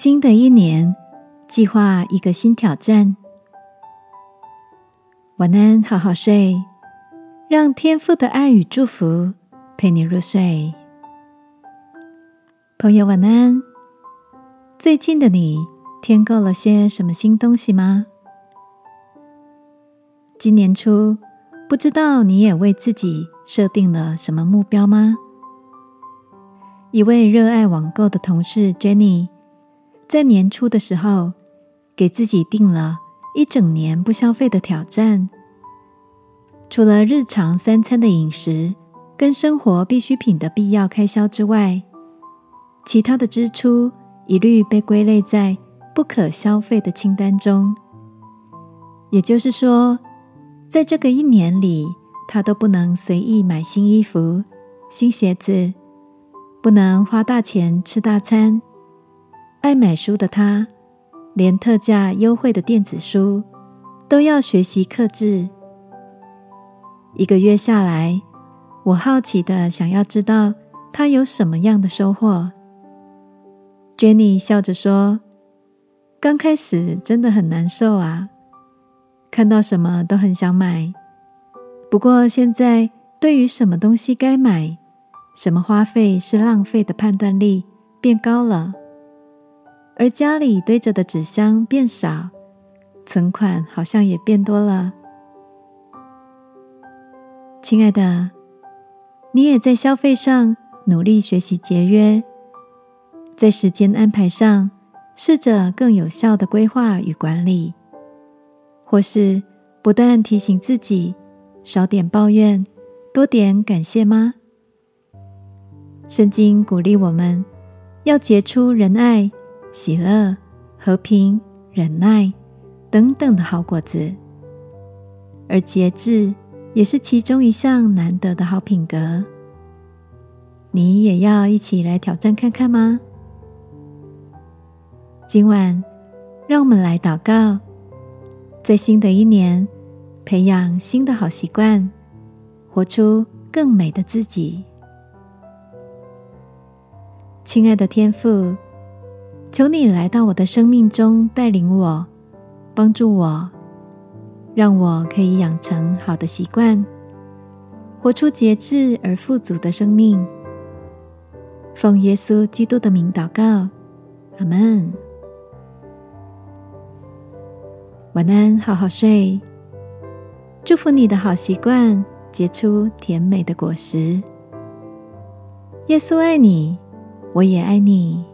新的一年，计划一个新挑战。晚安，好好睡，让天父的爱与祝福陪你入睡。朋友晚安。最近的你添购了些什么新东西吗？今年初，不知道你也为自己设定了什么目标吗？一位热爱网购的同事 Jenny， 在年初的时候，给自己定了一整年不消费的挑战。除了日常3餐的饮食跟生活必需品的必要开销之外，其他的支出一律被归类在不可消费的清单中。也就是说，在这个1年里，他都不能随意买新衣服、新鞋子，不能花大钱吃大餐。爱买书的他，连特价优惠的电子书都要学习克制。1个月下来，我好奇的想要知道他有什么样的收获。Jenny 笑着说，刚开始真的很难受啊，看到什么都很想买。不过现在对于什么东西该买，什么花费是浪费的判断力变高了，而家里堆着的纸箱变少，存款好像也变多了。亲爱的，你也在消费上努力学习节约，在时间安排上试着更有效的规划与管理，或是不断提醒自己少点抱怨，多点感谢吗？圣经鼓励我们要结出仁爱、喜乐、和平、忍耐等等的好果子，而节制也是其中一项难得的好品格。你也要一起来挑战看看吗？今晚让我们来祷告，在新的1年培养新的好习惯，活出更美的自己。亲爱的天父，求你来到我的生命中，带领我，帮助我，让我可以养成好的习惯，活出节制而富足的生命。奉耶稣基督的名祷告，阿们。晚安，好好睡。祝福你的好习惯结出甜美的果实。耶稣爱你，我也爱你。